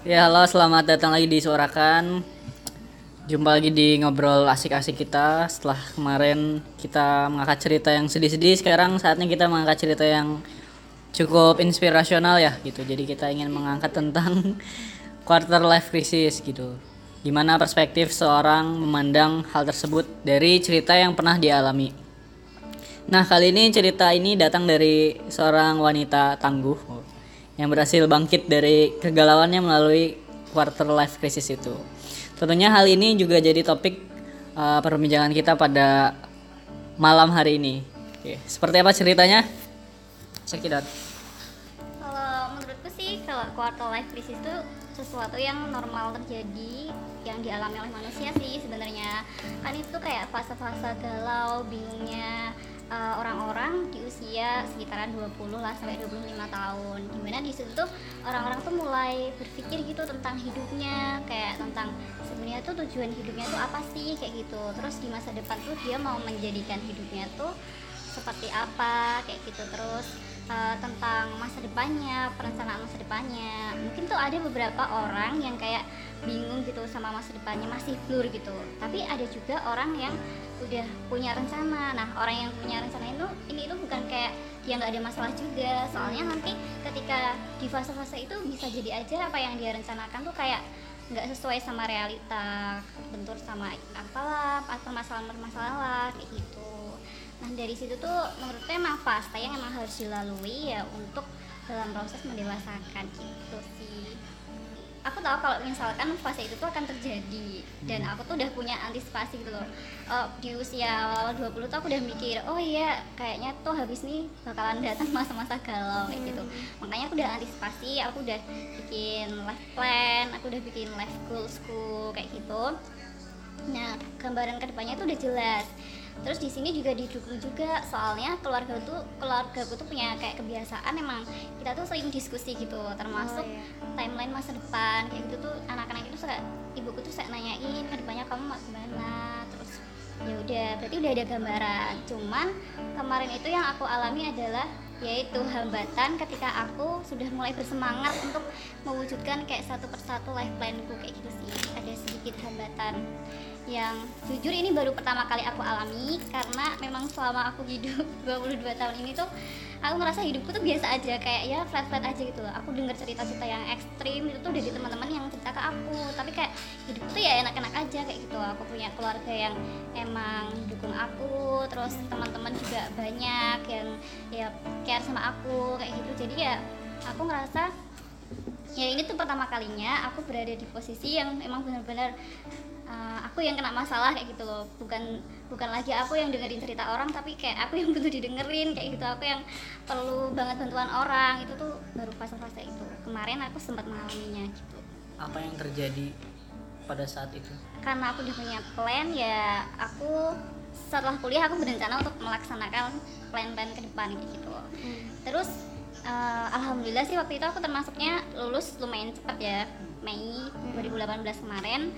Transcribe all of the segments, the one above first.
Ya, halo, selamat datang lagi di Suarakan. Jumpa lagi di ngobrol asik-asik kita. Setelah kemarin kita mengangkat cerita yang sedih-sedih, sekarang saatnya kita mengangkat cerita yang cukup inspirasional ya gitu. Jadi kita ingin mengangkat tentang quarter life crisis gitu. Gimana perspektif seorang memandang hal tersebut dari cerita yang pernah dialami. Nah, kali ini cerita ini datang dari seorang wanita tangguh yang berhasil bangkit dari kegalauannya melalui quarter life crisis itu. Tentunya hal ini juga jadi topik perbincangan kita pada malam hari ini. Oke, seperti apa ceritanya? Sekidar. Kalau menurutku sih kalau quarter life crisis itu sesuatu yang normal terjadi, yang dialami oleh manusia sih sebenarnya. Kan itu kayak fase-fase galau, bingungnya orang-orang di usia sekitaran 20 lah sampai 25 tahun. Dimana di situ tuh orang-orang tuh mulai berpikir gitu tentang hidupnya, kayak tentang sebenarnya tuh tujuan hidupnya tuh apa sih kayak gitu. Terus di masa depan tuh dia mau menjadikan hidupnya tuh seperti apa kayak gitu. Terus tentang masa depannya, perencanaan masa depannya. Mungkin tuh ada beberapa orang yang kayak bingung gitu sama masa depannya, masih blur gitu. Tapi ada juga orang yang udah punya rencana. Nah, orang yang punya rencana itu bukan kayak dia nggak ada masalah juga. Soalnya nanti ketika di fase-fase itu bisa jadi aja apa yang dia rencanakan tuh kayak nggak sesuai sama realita, bentur sama apalah atau masalah kayak gitu. Nah, dari situ tuh menurutnya emang fase yang emang harus dilalui ya untuk dalam proses mendewasakan gitu sih. Aku tahu kalau misalkan fase itu tuh akan terjadi dan aku tuh udah punya antisipasi gitu loh. Di usia 20 tuh aku udah mikir, oh iya kayaknya tuh habis nih bakalan datang masa-masa galau kayak gitu. Makanya aku udah antisipasi, aku udah bikin life plan, aku udah bikin life goalsku kayak gitu. Nah, gambaran kedepannya tuh udah jelas. Terus di sini juga didukung juga soalnya keluargaku tuh punya kayak kebiasaan, emang kita tuh sering diskusi gitu, termasuk timeline masa depan kayak gitu tuh. Anak-anak itu suka, ibuku tuh suka nanyain kedepannya kamu mau gimana. Terus ya udah, berarti udah ada gambaran. Cuman kemarin itu yang aku alami adalah yaitu hambatan ketika aku sudah mulai bersemangat untuk mewujudkan kayak satu persatu life planku kayak gitu sih. Ada sedikit hambatan yang jujur ini baru pertama kali aku alami, karena memang selama aku hidup 22 tahun ini tuh aku ngerasa hidupku tuh biasa aja, kayak ya flat-flat aja gitu loh. Aku dengar cerita-cerita yang ekstrim itu tuh dari teman-teman yang cerita ke aku, tapi kayak hidupku tuh ya enak-enak aja kayak gitu. Aku punya keluarga yang emang dukung aku, terus teman-teman juga banyak yang ya care sama aku kayak gitu. Jadi ya aku ngerasa ya ini tuh pertama kalinya aku berada di posisi yang emang benar-benar aku yang kena masalah kayak gitu loh. Bukan lagi aku yang dengerin cerita orang, tapi kayak aku yang butuh didengerin kayak gitu. Aku yang perlu banget bantuan orang. Itu tuh baru fase-fase itu kemarin aku sempat mengalaminya gitu. Apa yang terjadi pada saat itu? Karena aku udah punya plan ya, aku setelah kuliah aku berencana untuk melaksanakan plan-plan ke depan gitu. Terus alhamdulillah sih waktu itu aku termasuknya lulus lumayan cepat ya, Mei 2018 kemarin.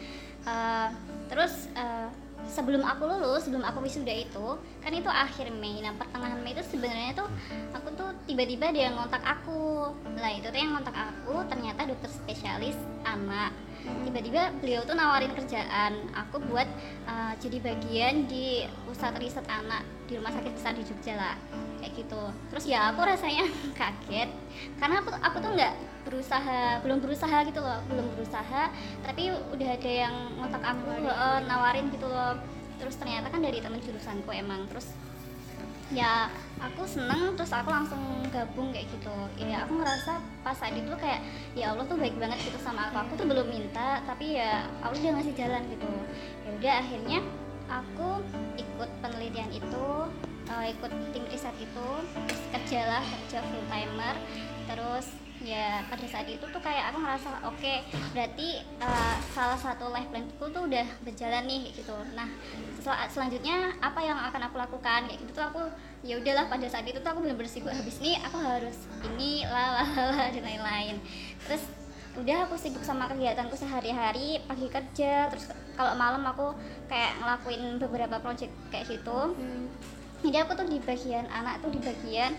Sebelum aku lulus, sebelum aku wisuda itu kan itu akhir Mei. Nah, pertengahan Mei itu sebenarnya tuh aku tuh tiba-tiba dia ngontak aku. Lah itu tuh yang ngontak aku ternyata dokter spesialis anak. Tiba-tiba beliau tuh nawarin kerjaan aku buat jadi bagian di pusat riset anak di rumah sakit besar di Jogja lah kayak gitu. Terus ya aku rasanya kaget karena aku tuh belum berusaha gitu loh, tapi udah ada yang ngontak aku, nawarin gitu loh. Terus ternyata kan dari temen jurusanku emang. Terus ya aku seneng, terus aku langsung gabung kayak gitu. Ya aku ngerasa pas saat itu kayak ya Allah tuh baik banget gitu sama aku tuh belum minta tapi ya Allah udah ngasih jalan gitu. Ya udah akhirnya aku ikut penelitian itu, ikut tim riset itu, terus kerja full timer. Terus ya pada saat itu tuh kayak aku ngerasa oke, berarti salah satu life planku tuh udah berjalan nih gitu. Nah, selanjutnya apa yang akan aku lakukan kayak gitu tuh aku ya udahlah. Pada saat itu tuh aku benar-benar sibuk, habis nih aku harus ini lah dan lain-lain. Terus udah aku sibuk sama kegiatanku sehari-hari, pagi kerja, terus kalau malam aku kayak ngelakuin beberapa project kayak gitu. Jadi aku tuh di bagian anak tuh di bagian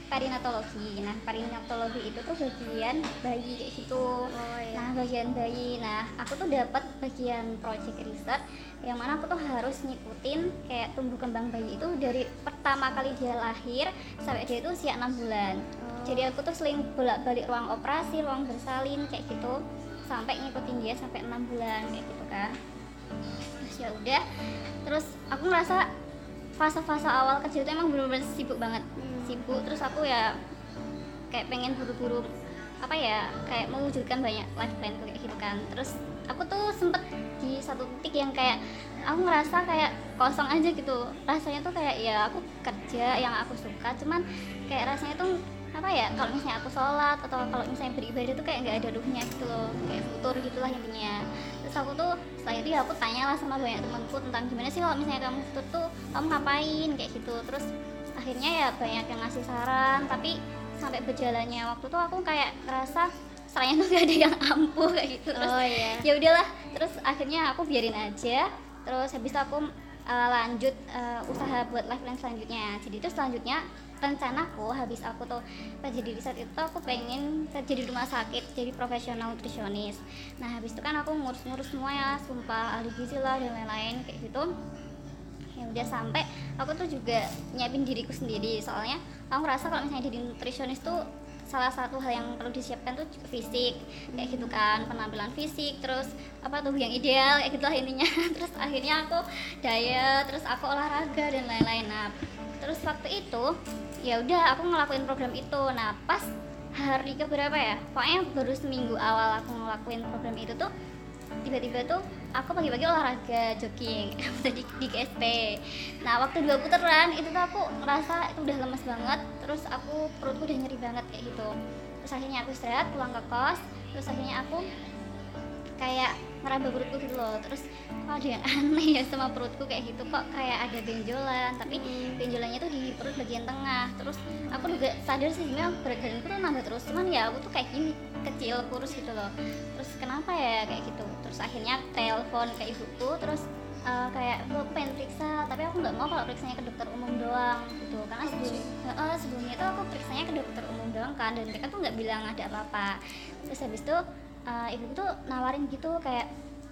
perinatologi. Nah, perinatologi itu tuh bagian bayi kayak gitu. Nah, bagian bayi. Nah, aku tuh dapat bagian project research yang mana aku tuh harus ngikutin kayak tumbuh kembang bayi itu dari pertama kali dia lahir sampai dia itu usia 6 bulan. Jadi aku tuh sering bolak-balik ruang operasi, ruang bersalin kayak gitu sampai ngikutin dia sampai 6 bulan kayak gitu kan. Terus ya udah. Terus aku ngerasa fase-fase awal kerja itu emang bener-bener sibuk banget. Sibuk, terus aku ya kayak pengen buru-buru apa ya, kayak mewujudkan banyak life plan kayak gitu kan. Terus aku tuh sempet di satu titik yang kayak aku ngerasa kayak kosong aja gitu, rasanya tuh kayak ya aku kerja yang aku suka, cuman kayak rasanya tuh apa ya, kalau misalnya aku sholat atau kalau misalnya beribadah tuh kayak nggak ada ruhnya gitu loh, kayak futur gitulah intinya. Terus aku tuh setelah itu ya aku tanyalah sama banyak temanku tentang gimana sih kalau misalnya kamu futur tuh kamu ngapain kayak gitu. Terus akhirnya ya banyak yang ngasih saran, tapi sampai berjalannya waktu tuh aku kayak ngerasa salahnya tuh gak ada yang ampuh kayak gitu. Terus ya udahlah, terus akhirnya aku biarin aja. Terus habis itu aku lanjut usaha buat life plan selanjutnya. Jadi itu selanjutnya rencanaku habis aku tuh kerja di riset itu aku pengen kerja di rumah sakit jadi profesional nutrisionis. Nah habis itu kan aku ngurus-ngurus semua ya, sumpah ahli gizi lah dan lain-lain kayak gitu. Ya udah sampai aku tuh juga nyiapin diriku sendiri, soalnya aku ngerasa kalau misalnya jadi nutrisionis tuh salah satu hal yang perlu disiapkan tuh juga fisik kayak gitu kan, penampilan fisik, terus apa tubuh yang ideal kayak gitulah intinya. Terus akhirnya aku diet, terus aku olahraga dan lain-lain. Nah terus waktu itu ya udah aku ngelakuin program itu. Nah pas hari keberapa ya, pokoknya baru seminggu awal aku ngelakuin program itu tuh tiba-tiba tuh aku pagi-pagi olahraga jogging di GSP. Nah waktu 2 putaran itu tuh aku ngerasa itu udah lemes banget, terus aku perutku udah nyeri banget kayak gitu. Terus akhirnya aku istirahat pulang ke kos. Terus akhirnya aku kayak ngeraba perutku gitu loh. Terus kok ada yang aneh ya sama perutku kayak gitu, kok kayak ada benjolan, tapi benjolannya tuh di perut bagian tengah. Terus aku juga sadar sih sebenarnya berat badanku tuh nambah terus, cuman ya aku tuh kayak gini, kecil kurus gitu loh. Terus kenapa ya kayak gitu. Terus akhirnya telepon ke ibuku, terus kayak aku pengen periksa, tapi aku nggak mau kalau periksanya ke dokter umum doang gitu, karena sebelumnya tuh aku periksanya ke dokter umum doang kan, dan mereka tuh nggak bilang ada apa-apa. Terus habis itu ibuku tuh nawarin gitu kayak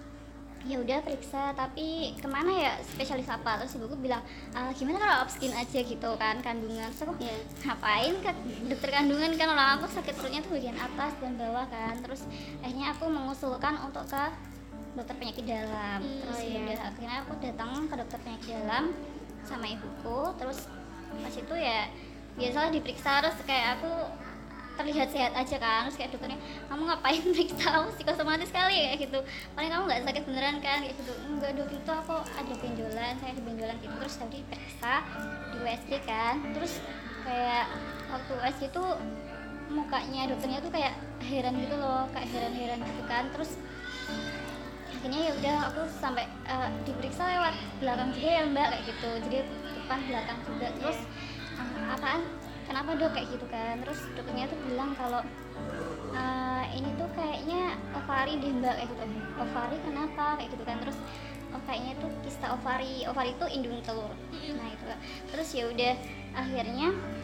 ya udah periksa, tapi kemana ya, spesialis apa. Terus ibuku bilang gimana kalau obskin aja gitu kan, kandungan. Terus aku ngapain ke dokter kandungan, kan orang aku sakit perutnya tuh bagian atas dan bawah kan. Terus akhirnya aku mengusulkan untuk ke dokter penyakit dalam. Terus ya udah akhirnya aku datang ke dokter penyakit dalam sama ibuku. Terus pas itu ya biasalah diperiksa, terus kayak aku terlihat sehat aja kan. Terus kayak dokternya, kamu ngapain periksa, kamu psikosomatis kali kayak gitu, paling kamu nggak sakit beneran kan kayak gitu. Enggak dok, itu aku ada benjolan, saya ada benjolan gitu. Terus tadi periksa di USG kan, terus kayak waktu USG tuh mukanya dokternya tuh kayak heran gitu loh, kayak heran-heran gitu kan. Terus akhirnya ya udah aku sampai diperiksa lewat belakang juga ya mbak kayak gitu, jadi depan belakang juga. Terus apaan, kenapa dok kayak gitu kan. Terus dokternya tuh bilang kalau ini tuh kayaknya ovari deh mbak kayak gitu. Ovari kenapa kayak gitu kan. Terus kayaknya tuh kista ovari, ovari itu indung telur. Nah itu lah. Terus ya udah akhirnya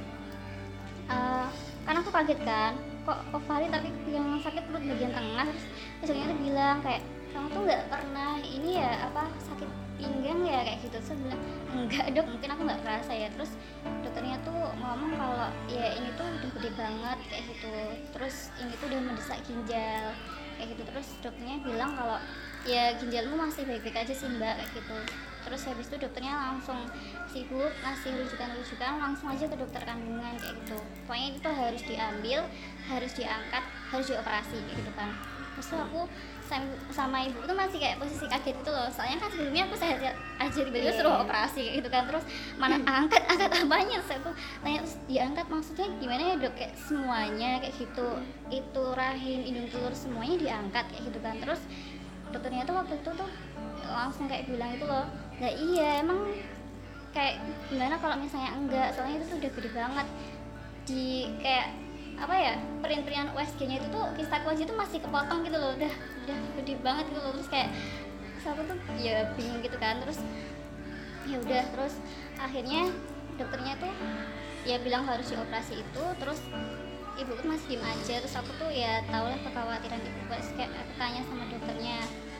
kan aku kaget kan, kok ovari tapi yang sakit perut bagian tengah. Terus dokternya tuh bilang kayak, kamu tuh nggak pernah ini ya apa, sakit pinggang ya kayak gitu. Terus bilang enggak dok, mungkin aku nggak kerasa ya. Terus dokternya tuh ngomong kalau ya ini tuh udah gede banget kayak gitu, terus ini tuh udah mendesak ginjal kayak gitu. Terus dokternya bilang kalau ya ginjalmu masih baik-baik aja sih mbak kayak gitu. Terus habis itu dokternya langsung sibuk ngasih rujukan langsung aja ke dokter kandungan kayak gitu. Pokoknya itu harus diambil, harus diangkat, harus dioperasi kayak gitu kan. Terus aku sama ibu tuh masih kayak posisi kaget gitu loh, soalnya kan sebelumnya aku sehat aja, tiba-tiba suruh operasi kayak gitu kan. Terus mana angkat apanya. Terus aku tanya, terus diangkat maksudnya gimana ya dok, kayak semuanya kayak gitu, itu rahim, indung telur semuanya diangkat kayak gitu kan. Terus dokternya tuh waktu itu tuh langsung kayak bilang itu loh, nah iya emang kayak gimana kalau misalnya enggak, soalnya itu tuh udah gede banget di kayak apa ya, perin-perian USG-nya itu tuh kistaku aja tuh masih kepotong gitu loh, udah gede banget gitu loh. Terus kayak aku tuh ya bingung gitu kan. Terus ya udah, terus akhirnya dokternya tuh ya bilang harus dioperasi itu, terus ibuku masih diem aja. Terus aku tuh ya tau lah kekhawatiran ibu, kayak aku tanya sama dokternya,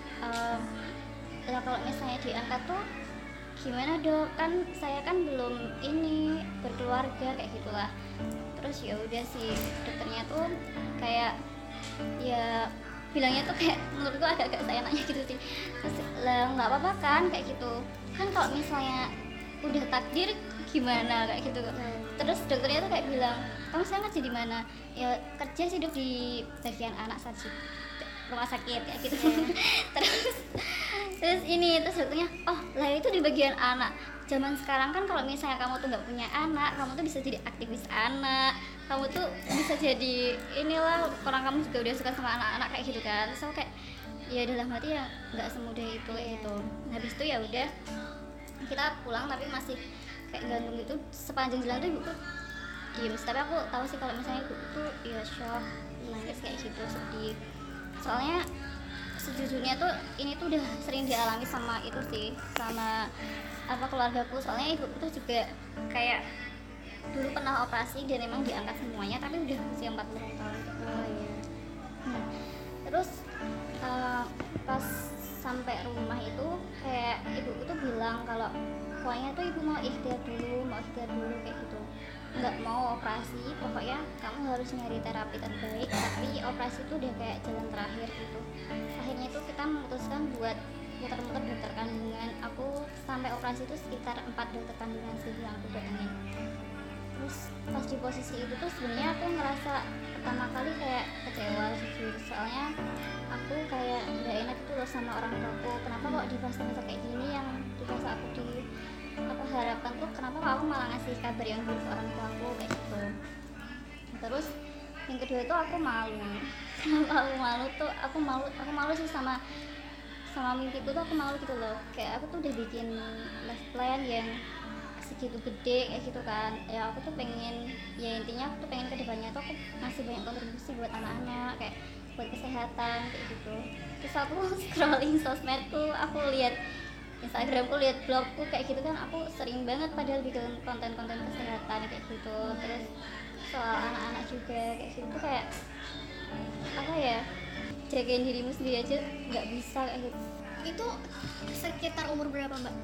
lah kalau misalnya diangkat tuh gimana dok, kan saya kan belum ini berkeluarga kayak gitulah. Terus ya udah sih dokternya tuh kayak ya bilangnya tuh kayak menurutku agak-agak seenaknya gitu sih. Terus lah nggak apa-apa kan kayak gitu kan, kalau misalnya udah takdir gimana kayak gitu. Terus dokternya tuh kayak bilang, kamu sekarang kerja di mana? Ya kerja sih dok di bagian anak saja, rumah sakit kayak gitu. terus ini, terus dokternya, oh lah itu di bagian anak. Zaman sekarang kan kalau misalnya kamu tuh nggak punya anak, kamu tuh bisa jadi aktivis anak, kamu tuh bisa jadi inilah, orang kamu juga udah suka sama anak-anak kayak gitu kan. Terus aku kayak ya dalam hati ya nggak semudah itu gitu. Habis itu ya udah kita pulang, tapi masih kayak gantung gitu. Sepanjang jalan tuh ibuku diem, tapi aku tahu sih kalau misalnya ibuku tuh ya shock, nangis kayak gitu, sedih. Soalnya sejujurnya tuh ini tuh udah sering dialami sama itu sih, sama apa keluargaku. Soalnya ibuku tuh juga kayak dulu pernah operasi dan emang diangkat semuanya, tapi udah usia 40 tahun. Nah, terus pas sampai rumah itu kayak ibuku tuh bilang kalau pokoknya tuh ibu mau ikhtiar dulu kayak gitu, nggak mau operasi, pokoknya kamu harus nyari terapi terbaik, tapi operasi itu udah kayak jalan terakhir gitu. Akhirnya itu kita memutuskan buat muter-muter dokter kandungan. Aku sampai operasi itu sekitar 4 dokter kandungan sih yang aku datengin. Terus pas di posisi itu tuh sebenarnya aku ngerasa pertama kali kayak kecewa jujur, soalnya aku kayak nggak enak itu loh sama orang tuaku. Kenapa kok di fase-fase kayak gini yang di fase aku di apa harapkan tuh, kenapa kok aku malah ngasih kabar yang buruk ke orang tuaku kayak gitu. Terus yang kedua itu aku malu. Aku malu sih sama mimpiku tuh, aku malu gitu loh. Kayak aku tuh udah bikin life plan yang segitu gede kayak gitu kan. Ya aku tuh pengen, ya intinya aku tuh pengen kedepannya tuh aku ngasih banyak kontribusi buat anak-anak, kayak buat kesehatan kayak gitu. Terus aku scrolling sosmedku, aku lihat Instagramku, lihat blogku kayak gitu kan, aku sering banget padahal bikin konten-konten kesehatan kayak gitu. Terus soal anak-anak juga kayak gitu, kayak apa ya, jagain dirimu sendiri aja nggak bisa kayak gitu. Itu sekitar umur berapa mbak?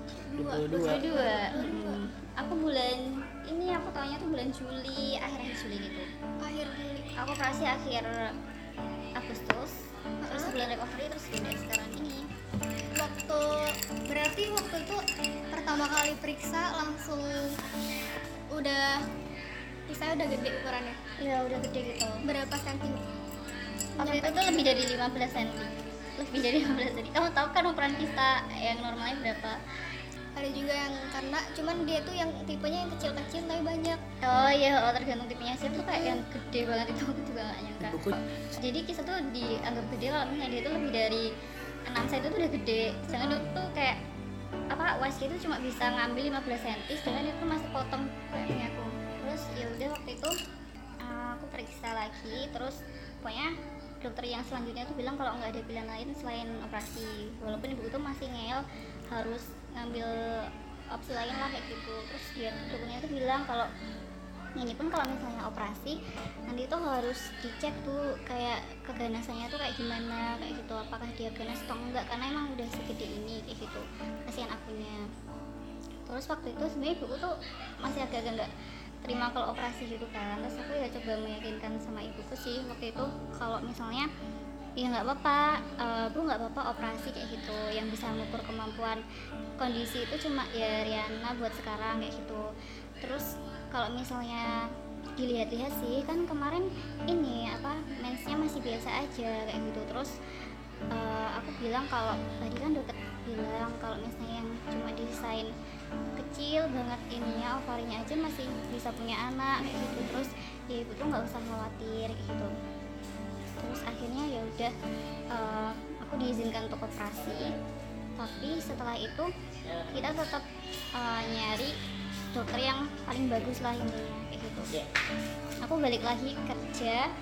22. Aku bulan ini, aku taunya tuh bulan Juli, akhir Juli gitu. Akhir Juli. Aku operasi akhir Agustus, terus bulan recovery, terus udah sekarang ini. Berarti waktu itu pertama kali periksa langsung udah gede ukurannya? Ya udah gede gitu. Berapa senti? Waktu itu tuh lebih dari 15 cm. Lebih dari 15 cm. Kamu tahu kan ukuran kita yang normalnya berapa? Ada juga yang karena cuman dia tuh yang tipenya yang kecil-kecil tapi banyak. Oh iya, tergantung tipenya sih. Tuh kayak yang gede banget itu, aku juga gak nyangka. Jadi kisah tuh dianggap gede kalau misalnya dia tuh lebih dari 6 cm itu udah gede. Jangan itu tuh kayak apa, waist itu cuma bisa ngambil 15 cm, sedangkan itu masih potong kayak aku. Terus ya udah waktu itu aku periksa lagi, terus pokoknya dokter yang selanjutnya tuh bilang kalau nggak ada pilihan lain selain operasi, walaupun ibu tuh masih ngeyel harus ngambil opsi lain lah kayak gitu. Terus dia dokternya tuh bilang kalau ini pun kalau misalnya operasi nanti tuh harus dicek tuh kayak keganasannya tuh kayak gimana kayak gitu, apakah dia ganas atau enggak, karena emang udah segede ini kayak gitu, kasihan akunya. Terus waktu itu sebenarnya ibuku tuh masih agak-agak nggak terima kalau operasi gitu kan. Terus aku ya coba meyakinkan sama ibuku sih waktu itu kalau misalnya ya nggak apa-apa, Bu nggak apa-apa operasi kayak gitu, yang bisa mengukur kemampuan kondisi itu cuma ya Riana buat sekarang kayak gitu. Terus kalau misalnya dilihat-lihat sih kan kemarin ini apa, mensnya masih biasa aja kayak gitu. Terus aku bilang kalau tadi kan dokter bilang kalau misalnya yang cuma desain kecil banget ininya, ovarinya aja masih bisa punya anak kayak gitu. Terus ya ibu tuh nggak usah khawatir kayak gitu. Terus akhirnya ya udah aku diizinkan untuk operasi, tapi setelah itu kita tetap nyari dokter yang paling bagus lah intinya kayak gitu. Aku balik lagi kerja,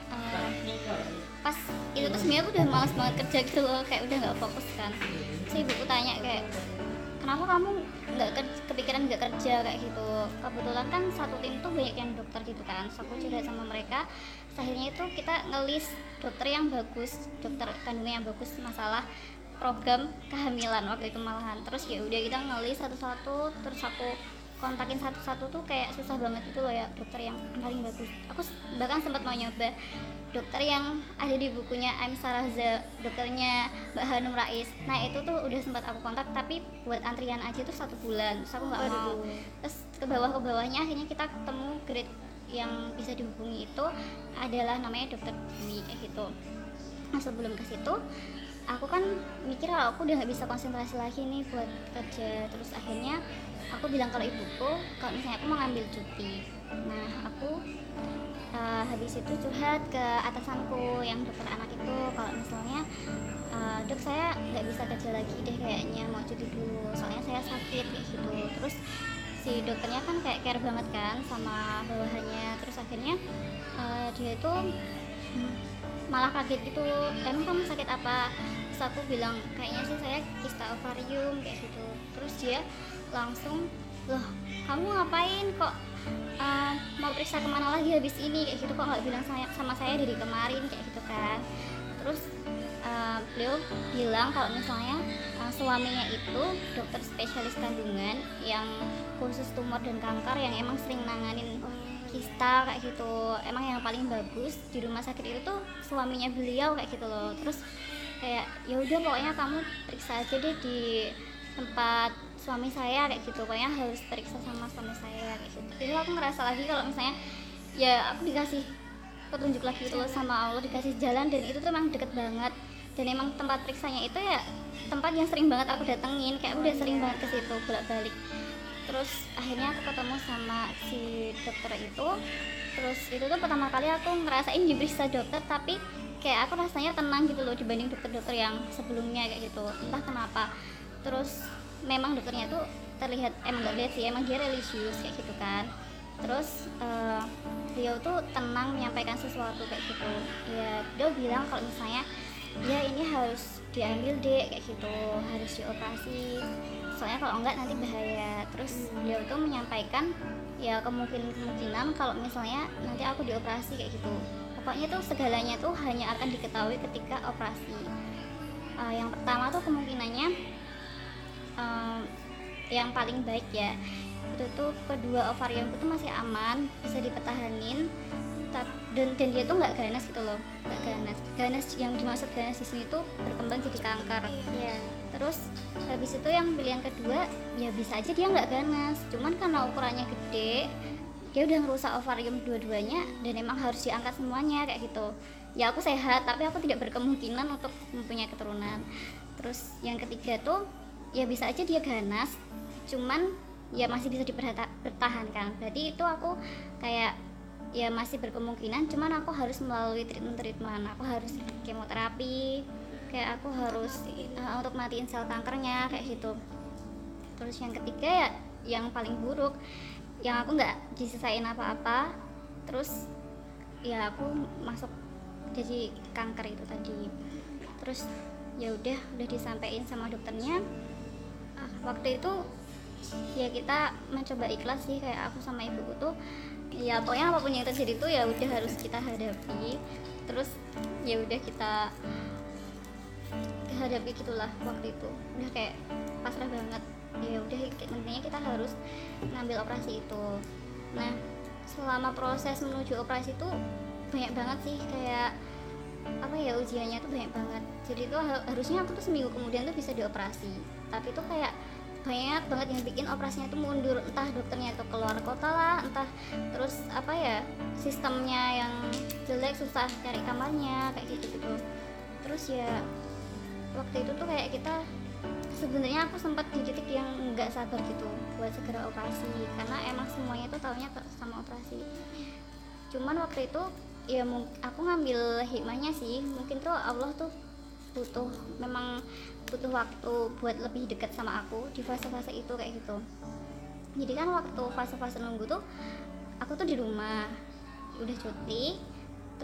pas itu tuh sebenarnya aku udah malas banget kerja gitu loh, kayak udah nggak fokus kan. Terus ibuku tanya kayak kenapa kamu kepikiran nggak kerja kayak gitu. Kebetulan kan satu tim tuh banyak yang dokter gitu kan, so aku curhat sama mereka. Akhirnya itu kita ngelis dokter yang bagus, dokter kandungan yang bagus masalah program kehamilan waktu itu malahan. Terus ya udah kita ngelis satu-satu, terus aku kontakin satu-satu tuh kayak susah banget itu loh ya dokter yang paling bagus. Aku bahkan sempat mau nyoba dokter yang ada di bukunya I'm Saraza, dokternya Mbak Hanum Rais. Nah itu tuh udah sempat aku kontak, tapi buat antrian aja tuh 1 bulan, terus aku nggak mau. Terus ke bawahnya akhirnya kita ketemu grade yang bisa dihubungi itu adalah namanya dokter Dwi kayak gitu. Nah sebelum ke situ aku kan mikir kalau aku udah nggak bisa konsentrasi lagi nih buat kerja. Terus akhirnya aku bilang kalau ibuku kalau misalnya aku mau ngambil cuti. Nah aku habis itu curhat ke atasanku yang dokter anak itu kalau misalnya dok saya nggak bisa kerja lagi deh kayaknya, mau cuti dulu soalnya saya sakit kayak gitu. Terus si dokternya kan kayak care banget kan sama bawahannya. Terus akhirnya dia itu malah kaget gitu, emang kamu sakit apa? Terus aku bilang kayaknya sih saya kista ovarium kayak gitu. Terus dia langsung, loh kamu ngapain kok mau periksa kemana lagi habis ini kayak gitu, kok nggak bilang sama saya dari kemarin kayak gitu kan. Terus beliau bilang kalau misalnya suaminya itu dokter spesialis kandungan yang khusus tumor dan kanker yang emang sering nanganin kista kayak gitu, emang yang paling bagus di rumah sakit itu tuh suaminya beliau kayak gitu loh. Terus kayak ya udah pokoknya kamu periksa aja deh di tempat suami saya kayak gitu, pokoknya harus periksa sama suami saya kayak gitu. Jadi aku ngerasa lagi kalau misalnya ya aku dikasih petunjuk lagi gitu loh sama Allah, dikasih jalan, dan itu tuh emang deket banget. Dan emang tempat periksanya itu ya tempat yang sering banget aku datengin, kayak udah sering banget ke situ bolak-balik. Terus akhirnya aku ketemu sama si dokter itu. Terus itu tuh pertama kali aku ngerasain diperiksa dokter, tapi kayak aku rasanya tenang gitu loh dibanding dokter-dokter yang sebelumnya kayak gitu, entah kenapa. Terus memang dokternya tuh terlihat, emang gak lihat sih, emang dia religius kayak gitu kan. Terus beliau tuh tenang menyampaikan sesuatu kayak gitu. Ya dia bilang kalau misalnya ya ini harus diambil dek kayak gitu, harus dioperasi soalnya kalau enggak nanti bahaya. Terus beliau tuh menyampaikan ya kemungkinan kalau misalnya nanti aku dioperasi kayak gitu, pokoknya tuh segalanya tuh hanya akan diketahui ketika operasi. Yang pertama tuh kemungkinannya yang paling baik ya itu tuh kedua ovariumku tuh masih aman, bisa dipertahanin, dan dia tuh nggak ganas gitu loh, nggak ganas yang dimaksud ganas di sini tuh berkembang jadi kanker. Terus habis itu yang pilihan kedua ya bisa aja dia nggak ganas, cuman karena ukurannya gede dia udah ngerusak ovarium dua-duanya dan emang harus diangkat semuanya kayak gitu. Ya aku sehat tapi aku tidak berkemungkinan untuk mempunyai keturunan. Terus yang ketiga tuh ya bisa aja dia ganas, cuman ya masih bisa dipertahankan. Berarti itu aku kayak ya masih berkemungkinan, cuman aku harus melalui treatment, aku harus kemoterapi, kayak aku harus untuk matiin sel kankernya kayak gitu. Terus yang ketiga ya yang paling buruk, yang aku nggak disisain apa-apa, terus ya aku masuk jadi kanker itu tadi. Terus ya udah disampaikan sama dokternya. Waktu itu ya kita mencoba ikhlas sih, kayak aku sama ibuku tuh ya pokoknya apapun yang terjadi tuh ya udah harus kita hadapi. Terus ya udah kita hadapi gitulah. Waktu itu udah kayak pasrah banget, ya udah intinya kita harus ngambil operasi itu. Nah selama proses menuju operasi itu banyak banget sih, kayak apa ya, ujiannya tuh banyak banget. Jadi tuh harusnya aku tuh seminggu kemudian tuh bisa dioperasi, tapi tuh kayak banyak banget yang bikin operasinya tuh mundur, entah dokternya tuh keluar kota lah, entah terus apa ya sistemnya yang jelek, susah cari kamarnya kayak gitu. Terus ya waktu itu tuh kayak kita sebenarnya aku sempat di titik yang nggak sabar gitu buat segera operasi, karena emang semuanya tuh taunya sama operasi. Cuman waktu itu ya aku ngambil hikmahnya sih, mungkin tuh Allah tuh memang butuh waktu buat lebih dekat sama aku di fase-fase itu kayak gitu. Jadi kan waktu fase-fase nunggu tuh aku tuh di rumah udah cuti,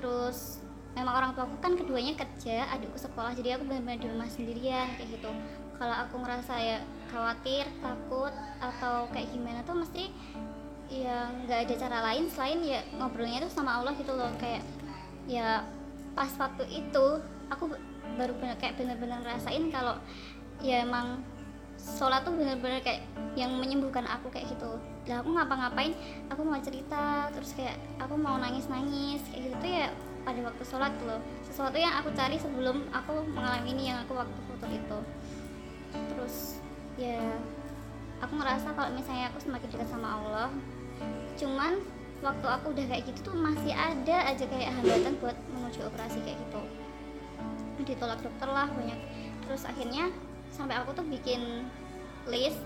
terus memang orang tua aku kan keduanya kerja, adikku sekolah, jadi aku benar-benar di rumah sendirian kayak gitu. kalau aku ngerasa ya khawatir, takut atau kayak gimana tuh mesti ya nggak ada cara lain selain ya ngobrolnya tuh sama Allah gitu loh. Kayak ya pas waktu itu aku baru kayak bener-bener ngerasain kalau ya emang sholat tuh bener-bener kayak yang menyembuhkan aku kayak gitu. Lah aku ngapa-ngapain, aku mau cerita terus kayak aku mau nangis-nangis kayak gitu tuh ya pada waktu sholat tuh loh, sesuatu yang aku cari sebelum aku mengalami ini yang aku waktu putus itu. Terus ya aku ngerasa kalau misalnya aku semakin dekat sama Allah, cuman waktu aku udah kayak gitu tuh masih ada aja kayak hambatan buat menuju operasi kayak gitu, ditolak dokter lah banyak. Terus akhirnya sampai aku tuh bikin list,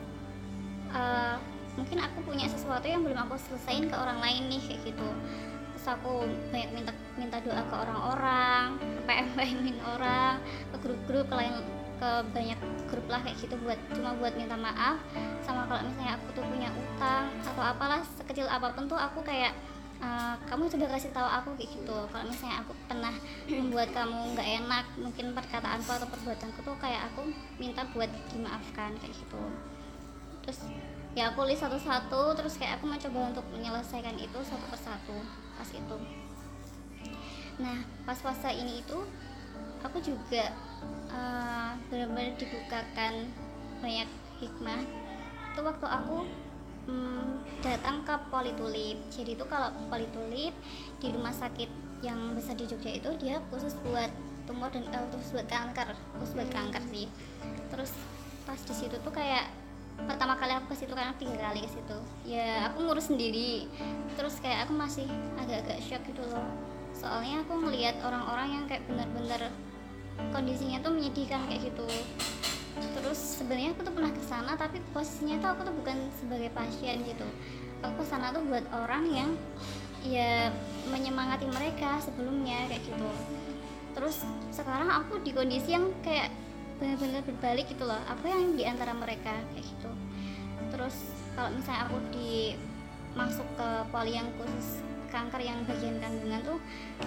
mungkin aku punya sesuatu yang belum aku selesain ke orang lain nih kayak gitu. Terus aku banyak minta doa ke orang-orang, ke PM orang, ke grup-grup lain, ke banyak grup lah kayak gitu cuma buat minta maaf. Sama kalau misalnya aku tuh punya utang atau apalah sekecil apapun tuh aku kayak kamu coba kasih tahu aku kayak gitu. Kalau misalnya aku pernah membuat kamu nggak enak, mungkin perkataanku atau perbuatanku tuh kayak aku minta buat dimaafkan kayak gitu. Terus ya aku list satu-satu, terus kayak aku mencoba untuk menyelesaikan itu satu persatu pas itu. Nah pas fase ini itu aku juga benar-benar dibukakan banyak hikmah. Itu waktu aku datang ke Politulip. Jadi itu kalau Politulip di rumah sakit yang besar di Jogja itu dia khusus buat tumor dan khusus buat kanker sih. Terus pas di situ tuh kayak pertama kali aku ke situ, karena 3 kali ke situ ya aku ngurus sendiri. Terus kayak aku masih agak-agak shock gitu loh, soalnya aku ngelihat orang-orang yang kayak benar-benar kondisinya tuh menyedihkan kayak gitu. Terus sebenarnya aku tuh pernah kesana tapi posisinya tuh aku tuh bukan sebagai pasien gitu, aku kesana tuh buat orang yang ya menyemangati mereka sebelumnya kayak gitu. Terus sekarang aku di kondisi yang kayak benar-benar berbalik gitu loh, aku yang di antara mereka kayak gitu. Terus kalau misalnya aku masuk ke poli yang khusus kanker yang bagian kandungan tuh,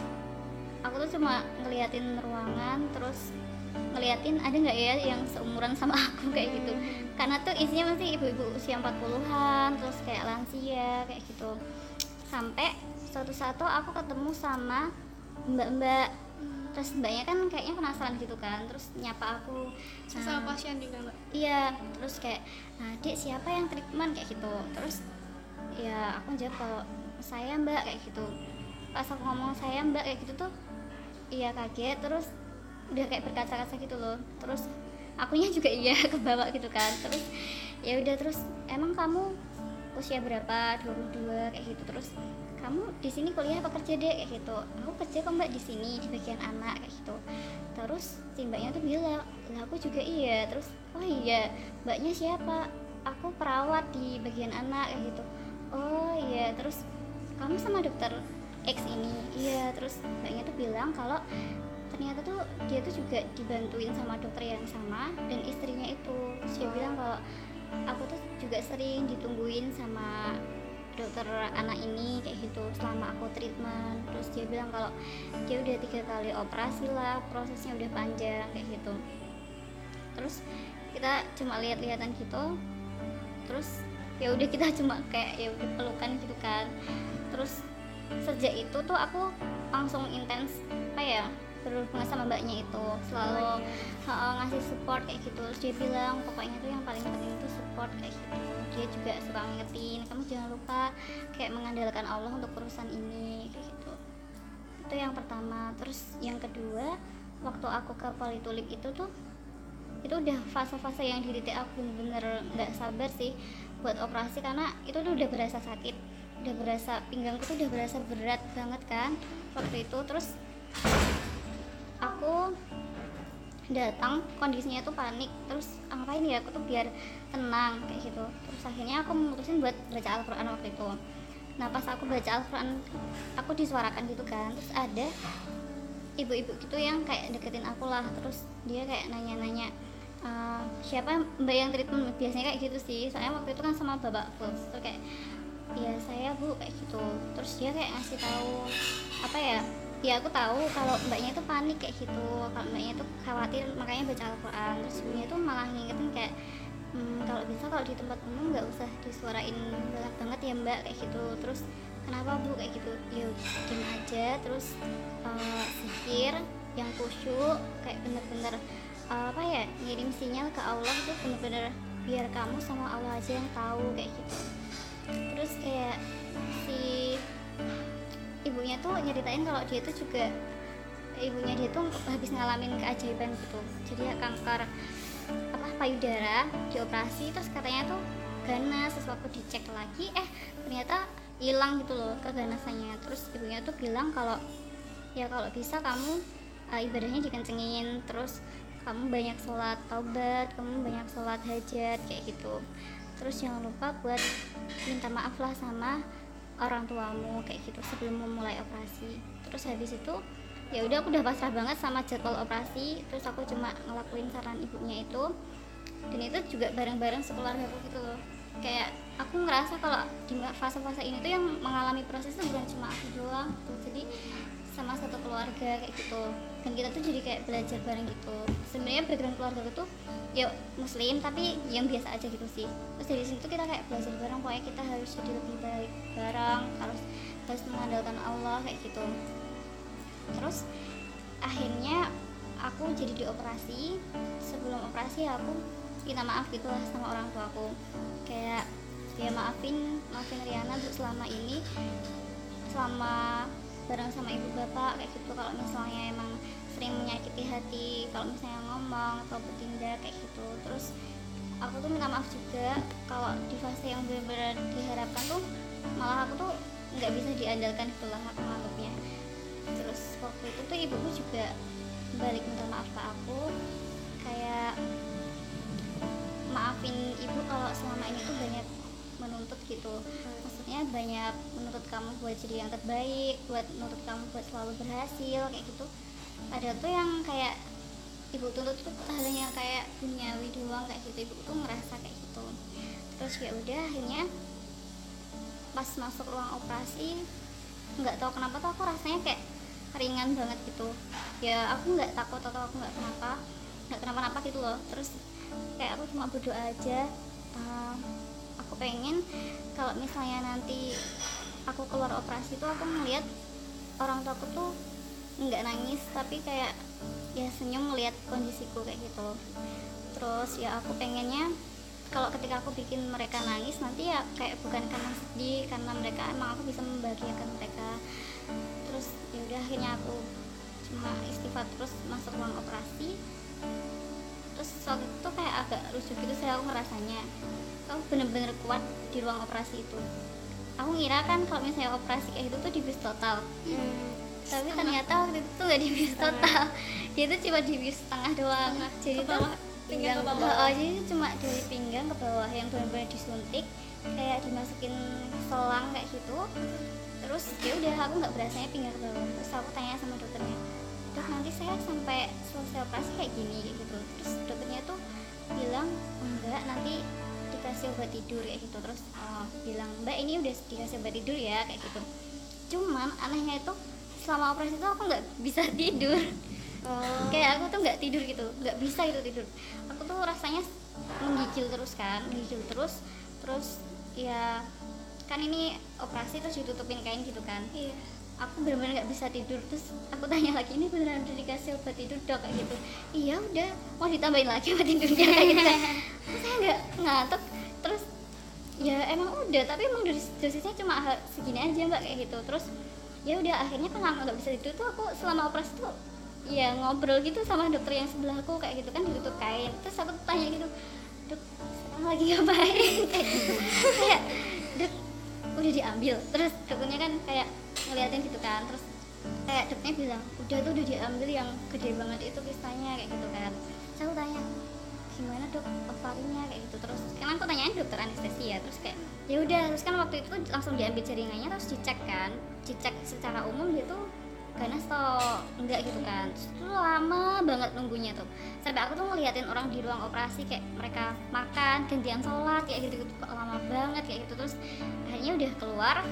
aku tuh cuma ngeliatin ruangan, terus ngeliatin ada nggak ya yang seumuran sama aku kayak gitu, karena tuh isinya masih ibu-ibu usia 40-an, terus kayak lansia kayak gitu. Sampai suatu aku ketemu sama mbak-mbak, terus mbaknya kan kayaknya penasaran gitu kan, terus nyapa aku Sesama pasien juga mbak? Iya, terus kayak dek siapa yang treatment kayak gitu. Terus ya aku jawab kalau saya mbak kayak gitu. Pas aku ngomong saya mbak kayak gitu tuh iya kaget, terus udah kayak berkaca-kaca gitu loh. Terus akunya juga iya kebawa gitu kan. Terus ya udah, terus emang kamu usia berapa? 22 kayak gitu. Terus kamu di sini kuliah apa kerja deh kayak gitu. Aku kerja kok mbak di sini di bagian anak kayak gitu. Terus si mbaknya tuh bilang, lah aku juga iya. Terus oh iya, mbaknya siapa? Aku perawat di bagian anak kayak gitu. Oh iya, terus kamu sama dokter X ini? Iya. Terus mbaknya tuh bilang kalau ternyata tuh dia tuh juga dibantuin sama dokter yang sama dan istrinya itu. Terus dia bilang kalau aku tuh juga sering ditungguin sama dokter anak ini kayak gitu selama aku treatment. Terus dia bilang kalau dia udah 3 kali operasi lah, prosesnya udah panjang kayak gitu. Terus kita cuma lihat-lihatan gitu, terus ya udah kita cuma kayak ya udah pelukan gitu kan. Terus sejak itu tuh aku langsung intens apa ya berhubungan sama mbaknya itu, selalu ngasih support kayak gitu. Terus dia bilang pokoknya tuh yang paling penting itu support kayak gitu. Dia juga suka ngingetin kamu jangan lupa kayak mengandalkan Allah untuk urusan ini kayak gitu. Itu yang pertama. Terus yang kedua, waktu aku ke Politulip itu udah fase-fase yang di titik aku bener-bener nggak sabar sih buat operasi, karena itu tuh udah berasa sakit, udah berasa pinggangku tuh udah berasa berat banget kan waktu itu. Terus aku datang kondisinya tuh panik, terus ngapain ya aku tuh biar tenang kayak gitu. Terus akhirnya aku memutusin buat baca Al-Quran waktu itu. Nah pas aku baca Al-Quran aku disuarakan gitu kan, terus ada ibu-ibu gitu yang kayak deketin aku lah. Terus dia kayak nanya-nanya siapa mbak yang treatment, biasanya kayak gitu sih, soalnya waktu itu kan sama bapakku. Terus kayak iya saya bu kayak gitu. Terus dia kayak ngasih tahu apa ya, ya aku tahu kalau mbaknya itu panik kayak gitu, kalau mbaknya itu khawatir makanya baca Al-Quran. Terus ibunya itu malah ngingetin kayak kalau bisa kalau di tempat umum nggak usah disuarain banget banget ya mbak kayak gitu. Terus kenapa bu kayak gitu, ya diam aja, terus zikir yang khusyuk kayak bener-bener apa ya, ngirim sinyal ke Allah itu bener-bener biar kamu sama Allah aja yang tahu kayak gitu. Terus kayak si ibunya tuh nyeritain kalau dia tuh juga, ibunya dia tuh habis ngalamin keajaiban gitu. Jadi ya kanker apa payudara dioperasi, terus katanya tuh ganas, sesuatu dicek lagi ternyata hilang gitu loh keganasannya. Terus ibunya tuh bilang kalau ya kalau bisa kamu ibadahnya dikencengin, terus kamu banyak sholat taubat, kamu banyak sholat hajat kayak gitu. Terus jangan lupa buat minta maaf lah sama orang tuamu kayak gitu sebelum memulai operasi. Terus habis itu ya udah aku udah pasrah banget sama jadwal operasi. Terus aku cuma ngelakuin saran ibunya itu, dan itu juga bareng-bareng sekeluarga aku gitu loh. Kayak aku ngerasa kalau di fase-fase ini tuh yang mengalami proses itu bukan cuma aku doang tuh, jadi sama satu keluarga kayak gitu. Dan kita tuh jadi kayak belajar bareng gitu. Sebenarnya background keluarga itu ya muslim tapi yang biasa aja gitu sih. Terus dari situ kita kayak belajar bareng, pokoknya kita harus jadi lebih baik bareng, harus mengandalkan Allah kayak gitu. Terus akhirnya aku jadi dioperasi. Sebelum operasi aku minta maaf gitu lah sama orang tua aku, kayak ya maafin Riana untuk selama ini, selama bareng sama ibu bapak kayak gitu, kalau misalnya emang sering menyakiti hati kalau misalnya ngomong atau bertindak kayak gitu. Terus aku tuh minta maaf juga kalau di fase yang benar-benar diharapkan tuh malah aku tuh nggak bisa diandalkan itulah aku nganggapnya. Terus waktu itu tuh ibuku juga balik minta maaf ke aku, kayak maafin ibu kalau selama ini tuh banyak menuntut gitu, maksudnya banyak menuntut kamu buat jadi yang terbaik, buat menuntut kamu buat selalu berhasil kayak gitu. Ada tuh yang kayak ibu tuntut tuh hanya kayak duniawi doang kayak gitu, ibu tuh ngerasa kayak gitu. Terus ya udah akhirnya pas masuk ruang operasi nggak tahu kenapa tuh aku rasanya kayak ringan banget gitu ya. Aku nggak takut atau aku nggak kenapa-napa gitu loh. Terus kayak aku cuma berdoa aja, aku pengen kalau misalnya nanti aku keluar operasi tuh aku ngeliat orang tuaku tuh nggak nangis tapi kayak ya senyum ngeliat kondisiku kayak gitu. Terus ya aku pengennya kalau ketika aku bikin mereka nangis nanti ya kayak bukan karena sedih, karena mereka emang aku bisa membahagiakan mereka. Terus ya udah akhirnya aku cuma istighfar terus masuk ruang operasi. Terus waktu itu kayak agak lucu gitu saya aku ngerasanya, aku bener-bener kuat di ruang operasi itu. Aku ngira kan kalau misalnya operasi kayak gitu tuh dibius total, tapi ternyata waktu itu tuh gak dibius total, dia tuh cuma dibius setengah doang. Jadi tuh pinggang ke bawah, jadi itu cuma dari pinggang ke bawah yang benar-benar disuntik kayak dimasukin selang kayak gitu. Terus ya udah aku nggak berasanya pinggang ke bawah. Terus aku tanya sama dokternya, dok nanti saya sampai selesai operasi kayak gini kayak gitu. Terus dokternya tuh bilang enggak, nanti dikasih obat tidur kayak gitu. Terus bilang mbak ini udah dikasih obat tidur ya kayak gitu. Cuman anehnya itu selama operasi itu aku nggak bisa tidur. Kayak aku tuh nggak tidur gitu, nggak bisa gitu tidur. Aku tuh rasanya menggigil terus terus ya kan ini operasi terus ditutupin kain gitu kan. Iya. Aku benar-benar nggak bisa tidur. Terus aku tanya lagi, ini beneran udah dikasih obat tidur dok kayak gitu? Iya udah, mau ditambahin lagi obat tidurnya kayak gitu. Terus saya nggak ngantuk. Terus ya emang udah, tapi emang dosisnya cuma segini aja mbak kayak gitu. Terus ya udah akhirnya kan nggak bisa tidur tuh aku selama operasi tuh ya ngobrol gitu sama dokter yang sebelahku kayak gitu kan, ditutup kain. Terus aku tanya gitu, dok sekarang lagi ngapain kayak gitu. Kayak dok udah diambil. Terus dokternya kan kayak ngeliatin gitu kan. Terus kayak dokternya bilang udah tuh udah diambil yang gede banget itu kistanya kayak gitu kan. Terus aku tanya gimana dok oparinya kayak gitu. Terus kan aku tanyain dokter anestesi ya. Terus kayak ya udah, terus kan waktu itu tuh langsung diambil jaringannya terus dicek kan, dicek secara umum gitu ganas atau enggak gitu kan. Terus itu lama banget nunggunya tuh, sampai aku tuh ngeliatin orang di ruang operasi kayak mereka makan gantian sholat kayak gitu kok lama banget kayak gitu. Terus akhirnya udah keluar.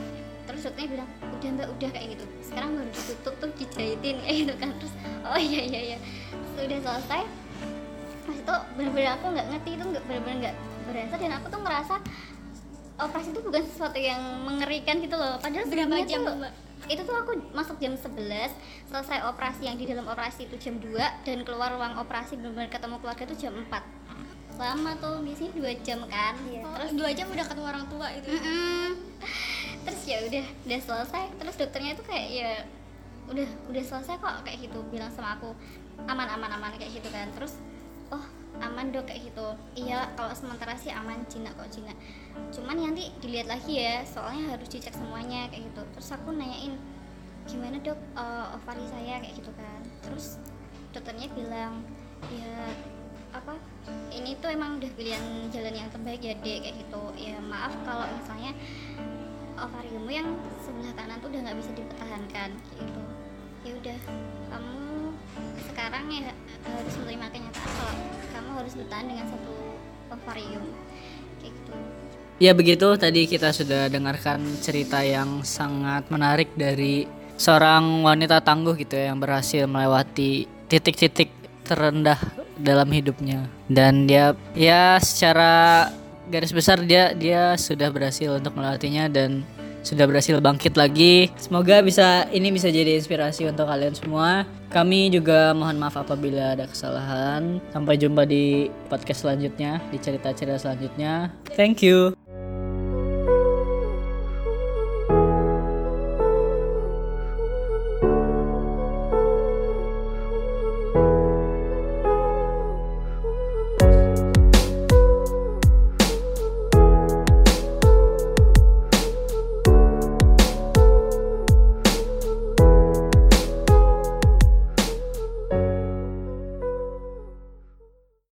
terus dokternya bilang udah mbak udah kayak gitu, sekarang baru ditutup tuh dijahitin kayak gitu kan. Terus oh iya sudah selesai. Mas itu benar-benar aku nggak ngerti, itu benar-benar nggak berasa, dan aku tuh ngerasa operasi itu bukan sesuatu yang mengerikan gitu loh. Padahal Berapa sebenarnya jam, tuh, Mbak? itu tuh aku masuk jam 11, selesai operasi yang di dalam operasi itu jam 2, dan keluar ruang operasi benar-benar ketemu keluarga itu jam 4. Lama tuh, biasanya 2 jam kan. Terus 2 jam udah ketemu orang tua itu. Terus ya udah selesai. Terus dokternya itu kayak ya udah selesai kok kayak gitu, bilang sama aku aman kayak gitu kan. Terus oh aman dok kayak gitu, iya kalau sementara sih aman, jinak kok jinak, cuman nanti dilihat lagi ya soalnya harus dicek semuanya kayak gitu. Terus aku nanyain gimana dok ovari saya kayak gitu kan. Terus dokternya bilang ya apa, ini tuh emang udah pilihan jalan yang terbaik ya dek kayak gitu, ya maaf kalau misalnya ovariummu yang sebelah kanan tuh udah nggak bisa dipertahankan kayak gitu. Ya udah, kamu sekarang ya harus menerima kenyataan kalau kamu harus bertahan dengan satu ovarium kayak gitu. Ya begitu, tadi kita sudah dengarkan cerita yang sangat menarik dari seorang wanita tangguh gitu ya, yang berhasil melewati titik-titik terendah dalam hidupnya. Dan dia ya secara garis besar dia sudah berhasil untuk melewatinya dan sudah berhasil bangkit lagi. Semoga ini bisa jadi inspirasi untuk kalian semua. Kami juga mohon maaf apabila ada kesalahan. Sampai jumpa di podcast selanjutnya, di cerita-cerita selanjutnya. Thank you.